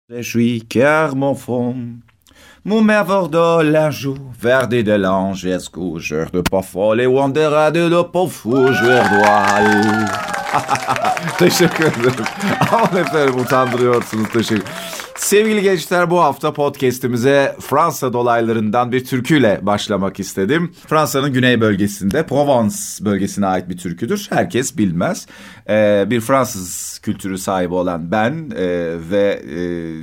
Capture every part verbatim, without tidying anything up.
Je suis cœur mon fond, mon merveilleux lingeau, verde de l'ange, escoucheur de parfois les wondera de le pauvre joueur. Teşekkür ederim. Aman efendim utandırıyorsunuz, teşekkür. Sevgili gençler, bu hafta podcast'imize Fransa dolaylarından bir türküyle başlamak istedim. Fransa'nın güney bölgesinde Provence bölgesine ait bir türküdür. Herkes bilmez. Ee, bir Fransız kültürü sahibi olan ben e, ve e,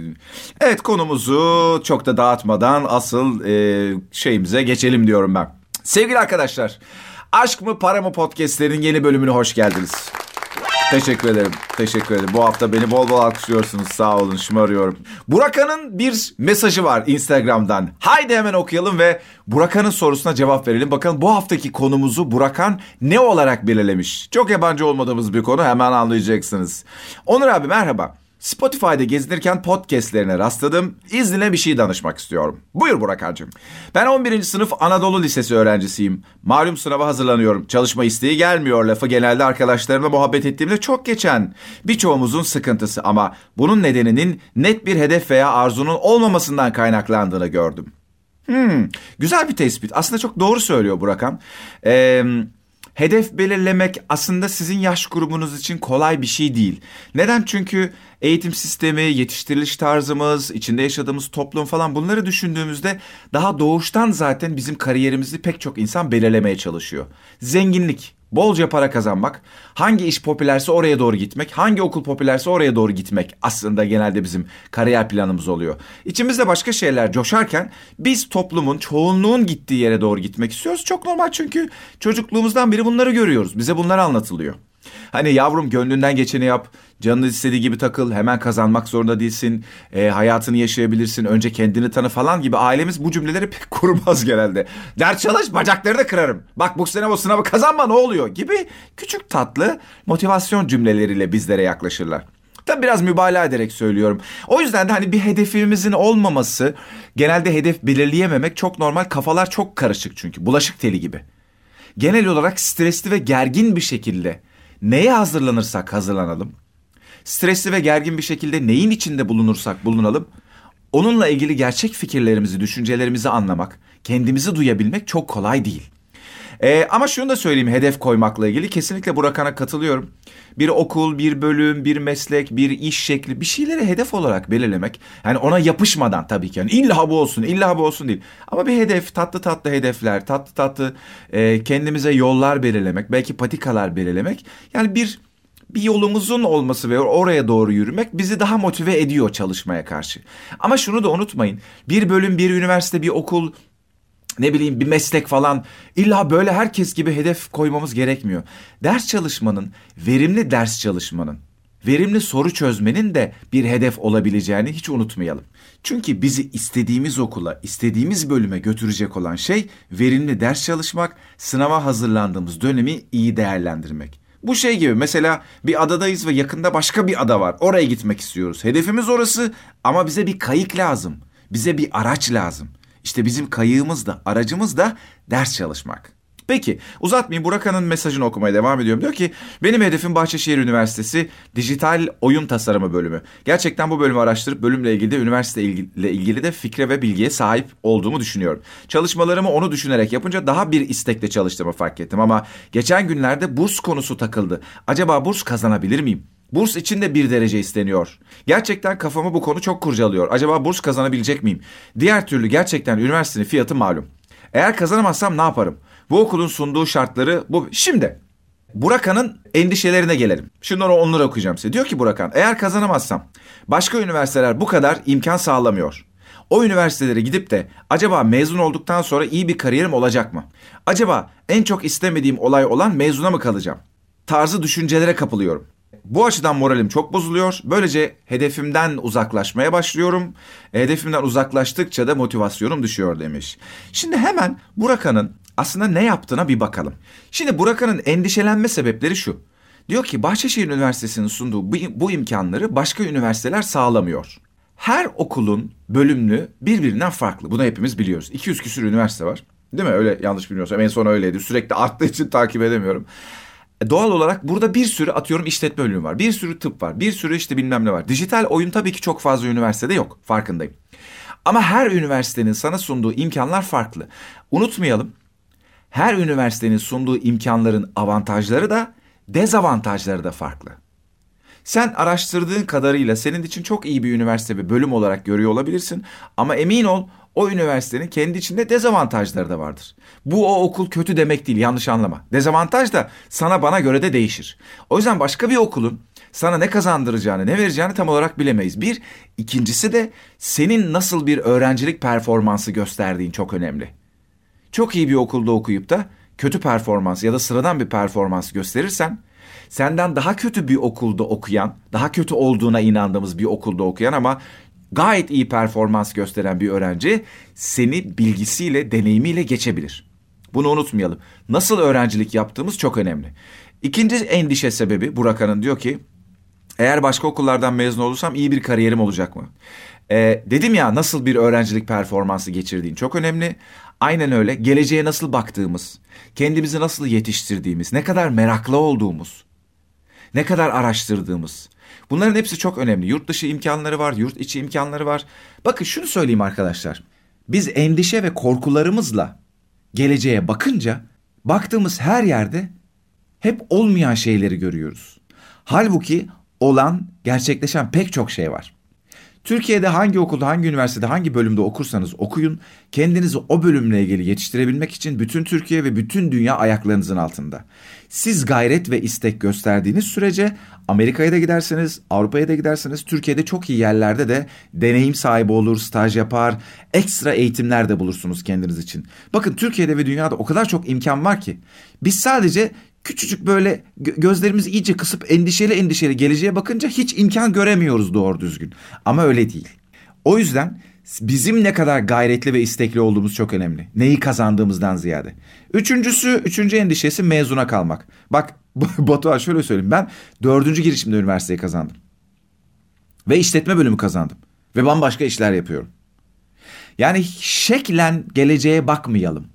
evet konumuzu çok da dağıtmadan asıl e, şeyimize geçelim diyorum ben. Sevgili arkadaşlar, Aşk mı Para mı podcast'lerin yeni bölümüne hoş geldiniz. Teşekkür ederim. Teşekkür ederim. Bu hafta beni bol bol alkışlıyorsunuz. Sağ olun. Şımarıyorum. Burakan'ın bir mesajı var Instagram'dan. Haydi hemen okuyalım ve Burakan'ın sorusuna cevap verelim. Bakalım bu haftaki konumuzu Burakan ne olarak belirlemiş? Çok yabancı olmadığımız bir konu, hemen anlayacaksınız. Onur abi merhaba. Spotify'da gezinirken podcastlerine rastladım. İznine bir şey danışmak istiyorum. Buyur Burakancığım. Ben on birinci sınıf Anadolu Lisesi öğrencisiyim. Malum sınava hazırlanıyorum. Çalışma isteği gelmiyor lafı genelde arkadaşlarımla muhabbet ettiğimde çok geçen. Birçoğumuzun sıkıntısı ama bunun nedeninin net bir hedef veya arzunun olmamasından kaynaklandığını gördüm. Hmm, güzel bir tespit. Aslında çok doğru söylüyor Burakan. Eee... Hedef belirlemek aslında sizin yaş grubunuz için kolay bir şey değil. Neden? Çünkü eğitim sistemi, yetiştiriliş tarzımız, içinde yaşadığımız toplum falan bunları düşündüğümüzde daha doğuştan zaten bizim kariyerimizi pek çok insan belirlemeye çalışıyor. Zenginlik, bolca para kazanmak, hangi iş popülerse oraya doğru gitmek, hangi okul popülerse oraya doğru gitmek aslında genelde bizim kariyer planımız oluyor. İçimizde başka şeyler coşarken biz toplumun, çoğunluğun gittiği yere doğru gitmek istiyoruz. Çok normal, çünkü çocukluğumuzdan beri bunları görüyoruz. Bize bunlar anlatılıyor. Hani yavrum gönlünden geçeni yap, canın istediği gibi takıl, hemen kazanmak zorunda değilsin, e, hayatını yaşayabilirsin, önce kendini tanı falan gibi ailemiz bu cümleleri pek kurmaz genelde. Ders çalış, bacaklarını kırarım, bak bu sene o sınavı kazanma ne oluyor gibi küçük tatlı motivasyon cümleleriyle bizlere yaklaşırlar. Tabii biraz mübalağa ederek söylüyorum. O yüzden de hani bir hedefimizin olmaması, genelde hedef belirleyememek çok normal, kafalar çok karışık çünkü bulaşık teli gibi. Genel olarak stresli ve gergin bir şekilde neye hazırlanırsak hazırlanalım, stresli ve gergin bir şekilde neyin içinde bulunursak bulunalım, onunla ilgili gerçek fikirlerimizi, düşüncelerimizi anlamak, kendimizi duyabilmek çok kolay değil. Ee, ama şunu da söyleyeyim, hedef koymakla ilgili kesinlikle Burakan'a katılıyorum. Bir okul, bir bölüm, bir meslek, bir iş şekli, bir şeyleri hedef olarak belirlemek. Yani ona yapışmadan tabii ki. Yani illa bu olsun, illa bu olsun değil. Ama bir hedef, tatlı tatlı hedefler, tatlı tatlı e, kendimize yollar belirlemek, belki patikalar belirlemek. Yani bir bir yolumuzun olması ve oraya doğru yürümek bizi daha motive ediyor çalışmaya karşı. Ama şunu da unutmayın. Bir bölüm, bir üniversite, bir okul, ne bileyim bir meslek falan illa böyle herkes gibi hedef koymamız gerekmiyor. Ders çalışmanın, verimli ders çalışmanın, verimli soru çözmenin de bir hedef olabileceğini hiç unutmayalım. Çünkü bizi istediğimiz okula, istediğimiz bölüme götürecek olan şey verimli ders çalışmak, sınava hazırlandığımız dönemi iyi değerlendirmek. Bu şey gibi, mesela bir adadayız ve yakında başka bir ada var. Oraya gitmek istiyoruz. Hedefimiz orası ama bize bir kayık lazım. Bize bir araç lazım. İşte bizim kayığımız da aracımız da ders çalışmak. Peki uzatmayayım, Burakan'ın mesajını okumaya devam ediyorum. Diyor ki benim hedefim Bahçeşehir Üniversitesi Dijital Oyun Tasarımı bölümü. Gerçekten bu bölümü araştırıp bölümle ilgili de üniversite ile ilgili de fikre ve bilgiye sahip olduğumu düşünüyorum. Çalışmalarımı onu düşünerek yapınca daha bir istekle çalıştığımı fark ettim. Ama geçen günlerde burs konusu takıldı. Acaba burs kazanabilir miyim? Burs için de bir derece isteniyor. Gerçekten kafamı bu konu çok kurcalıyor. Acaba burs kazanabilecek miyim? Diğer türlü gerçekten üniversitenin fiyatı malum. Eğer kazanamazsam ne yaparım? Bu okulun sunduğu şartları bu. Şimdi Burakan'ın endişelerine gelelim. Şunları onları okuyacağım size. Diyor ki Burakan, eğer kazanamazsam başka üniversiteler bu kadar imkan sağlamıyor. O üniversitelere gidip de acaba mezun olduktan sonra iyi bir kariyerim olacak mı? Acaba en çok istemediğim olay olan mezuna mı kalacağım? Tarzı düşüncelere kapılıyorum. Bu açıdan moralim çok bozuluyor. Böylece hedefimden uzaklaşmaya başlıyorum. Hedefimden uzaklaştıkça da motivasyonum düşüyor demiş. Şimdi hemen Burakan'ın aslında ne yaptığına bir bakalım. Şimdi Burakan'ın endişelenme sebepleri şu. Diyor ki Bahçeşehir Üniversitesi'nin sunduğu bu, bu imkanları başka üniversiteler sağlamıyor. Her okulun bölümlü birbirinden farklı. Bunu hepimiz biliyoruz. iki yüz küsur üniversite var. Değil mi? Öyle yanlış bilmiyorsam en son öyleydi. Sürekli arttığı için takip edemiyorum. E, doğal olarak burada bir sürü atıyorum işletme bölümü var. Bir sürü tıp var. Bir sürü işte bilmem ne var. Dijital oyun tabii ki çok fazla üniversitede yok. Farkındayım. Ama her üniversitenin sana sunduğu imkanlar farklı. Unutmayalım. Her üniversitenin sunduğu imkanların avantajları da dezavantajları da farklı. Sen araştırdığın kadarıyla senin için çok iyi bir üniversite ve bölüm olarak görüyor olabilirsin. Ama emin ol o üniversitenin kendi içinde dezavantajları da vardır. Bu o okul kötü demek değil, yanlış anlama. Dezavantaj da sana bana göre de değişir. O yüzden başka bir okulun sana ne kazandıracağını, ne vereceğini tam olarak bilemeyiz. Bir, ikincisi de senin nasıl bir öğrencilik performansı gösterdiğin çok önemli. Çok iyi bir okulda okuyup da kötü performans ya da sıradan bir performans gösterirsen, senden daha kötü bir okulda okuyan, daha kötü olduğuna inandığımız bir okulda okuyan ama gayet iyi performans gösteren bir öğrenci seni bilgisiyle, deneyimiyle geçebilir. Bunu unutmayalım. Nasıl öğrencilik yaptığımız çok önemli. İkinci endişe sebebi Burakan'ın diyor ki, eğer başka okullardan mezun olursam iyi bir kariyerim olacak mı? Ee, dedim ya nasıl bir öğrencilik performansı geçirdiğin çok önemli. Aynen öyle. Geleceğe nasıl baktığımız, kendimizi nasıl yetiştirdiğimiz, ne kadar meraklı olduğumuz, ne kadar araştırdığımız. Bunların hepsi çok önemli. Yurt dışı imkanları var, yurt içi imkanları var. Bakın şunu söyleyeyim arkadaşlar. Biz endişe ve korkularımızla geleceğe bakınca baktığımız her yerde hep olmayan şeyleri görüyoruz. Halbuki olan, gerçekleşen pek çok şey var. Türkiye'de hangi okulda, hangi üniversitede, hangi bölümde okursanız okuyun, kendinizi o bölümle ilgili yetiştirebilmek için bütün Türkiye ve bütün dünya ayaklarınızın altında. Siz gayret ve istek gösterdiğiniz sürece Amerika'ya da gidersiniz, Avrupa'ya da gidersiniz, Türkiye'de çok iyi yerlerde de deneyim sahibi olur, staj yapar, ekstra eğitimler de bulursunuz kendiniz için. Bakın Türkiye'de ve dünyada o kadar çok imkan var ki biz sadece küçücük böyle gözlerimizi iyice kısıp endişeli endişeli geleceğe bakınca hiç imkan göremiyoruz doğru düzgün. Ama öyle değil. O yüzden bizim ne kadar gayretli ve istekli olduğumuz çok önemli. Neyi kazandığımızdan ziyade. Üçüncüsü, üçüncü endişesi mezuna kalmak. Bak Batuhan şöyle söyleyeyim. Ben dördüncü girişimde üniversiteyi kazandım. Ve işletme bölümü kazandım. Ve bambaşka işler yapıyorum. Yani şeklen geleceğe bakmayalım.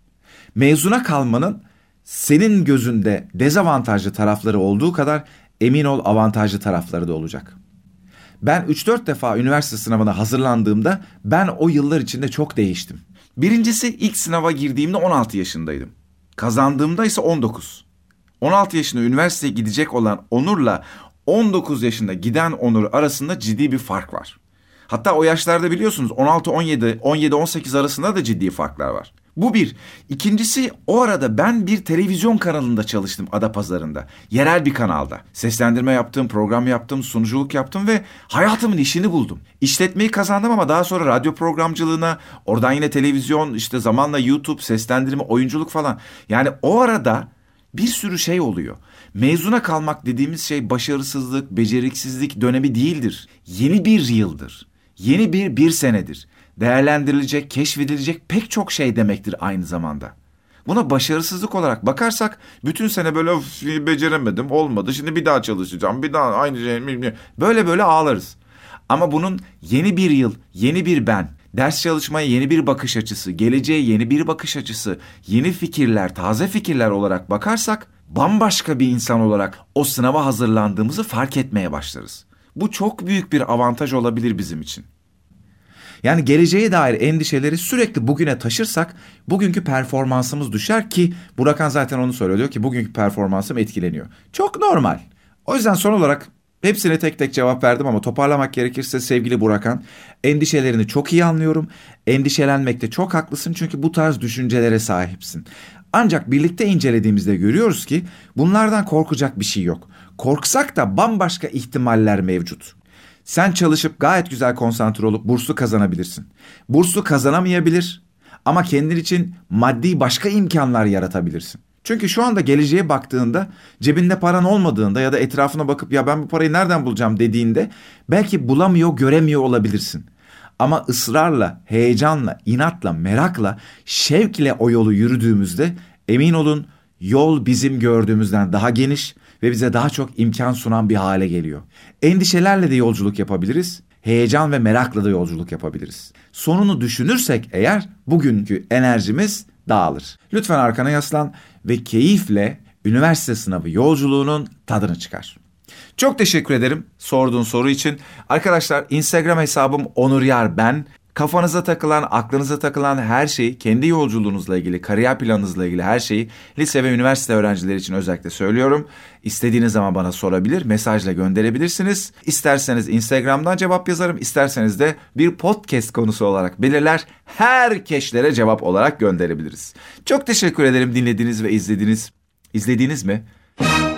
Mezuna kalmanın senin gözünde dezavantajlı tarafları olduğu kadar emin ol avantajlı tarafları da olacak. Ben üç dört defa üniversite sınavına hazırlandığımda ben o yıllar içinde çok değiştim. Birincisi ilk sınava girdiğimde on altı yaşındaydım. Kazandığımda ise on dokuz. on altı yaşında üniversiteye gidecek olan Onur'la on dokuz yaşında giden Onur arasında ciddi bir fark var. Hatta o yaşlarda biliyorsunuz on altı on yedi, on yedi on sekiz arasında da ciddi farklar var. Bu bir. İkincisi o arada ben bir televizyon kanalında çalıştım Adapazarı'nda. Yerel bir kanalda. Seslendirme yaptım, program yaptım, sunuculuk yaptım ve hayatımın işini buldum. İşletmeyi kazandım ama daha sonra radyo programcılığına, oradan yine televizyon, işte zamanla YouTube, seslendirme, oyunculuk falan. Yani o arada bir sürü şey oluyor. Mezuna kalmak dediğimiz şey başarısızlık, beceriksizlik dönemi değildir. Yeni bir yıldır. Yeni bir bir senedir. Değerlendirilecek, keşfedilecek pek çok şey demektir aynı zamanda. Buna başarısızlık olarak bakarsak bütün sene böyle beceremedim, olmadı, şimdi bir daha çalışacağım, bir daha aynı şey, böyle böyle ağlarız. Ama bunun yeni bir yıl, yeni bir ben, ders çalışmaya yeni bir bakış açısı, geleceğe yeni bir bakış açısı, yeni fikirler, taze fikirler olarak bakarsak bambaşka bir insan olarak o sınava hazırlandığımızı fark etmeye başlarız. Bu çok büyük bir avantaj olabilir bizim için. Yani geleceğe dair endişeleri sürekli bugüne taşırsak bugünkü performansımız düşer ki Burakan zaten onu söylüyor. Diyor ki bugünkü performansım etkileniyor. Çok normal. O yüzden son olarak hepsine tek tek cevap verdim ama toparlamak gerekirse sevgili Burakan, endişelerini çok iyi anlıyorum. Endişelenmekte çok haklısın çünkü bu tarz düşüncelere sahipsin. Ancak birlikte incelediğimizde görüyoruz ki bunlardan korkacak bir şey yok. Korksak da bambaşka ihtimaller mevcut. Sen çalışıp gayet güzel konsantre olup burslu kazanabilirsin. Burslu kazanamayabilir ama kendin için maddi başka imkanlar yaratabilirsin. Çünkü şu anda geleceğe baktığında cebinde paran olmadığında ya da etrafına bakıp ya ben bu parayı nereden bulacağım dediğinde belki bulamıyor, göremiyor olabilirsin. Ama ısrarla, heyecanla, inatla, merakla, şevkle o yolu yürüdüğümüzde emin olun yol bizim gördüğümüzden daha geniş ve bize daha çok imkan sunan bir hale geliyor. Endişelerle de yolculuk yapabiliriz, heyecan ve merakla da yolculuk yapabiliriz. Sonunu düşünürsek eğer bugünkü enerjimiz dağılır. Lütfen arkana yaslan ve keyifle üniversite sınavı yolculuğunun tadını çıkar. Çok teşekkür ederim sorduğun soru için. Arkadaşlar Instagram hesabım Onur Yar ben. Kafanıza takılan, aklınıza takılan her şeyi, kendi yolculuğunuzla ilgili, kariyer planınızla ilgili her şeyi lise ve üniversite öğrencileri için özellikle söylüyorum. İstediğiniz zaman bana sorabilir, mesajla gönderebilirsiniz. İsterseniz Instagram'dan cevap yazarım, isterseniz de bir podcast konusu olarak belirler, herkeslere cevap olarak gönderebiliriz. Çok teşekkür ederim dinlediğiniz ve izlediğiniz. İzlediğiniz mi?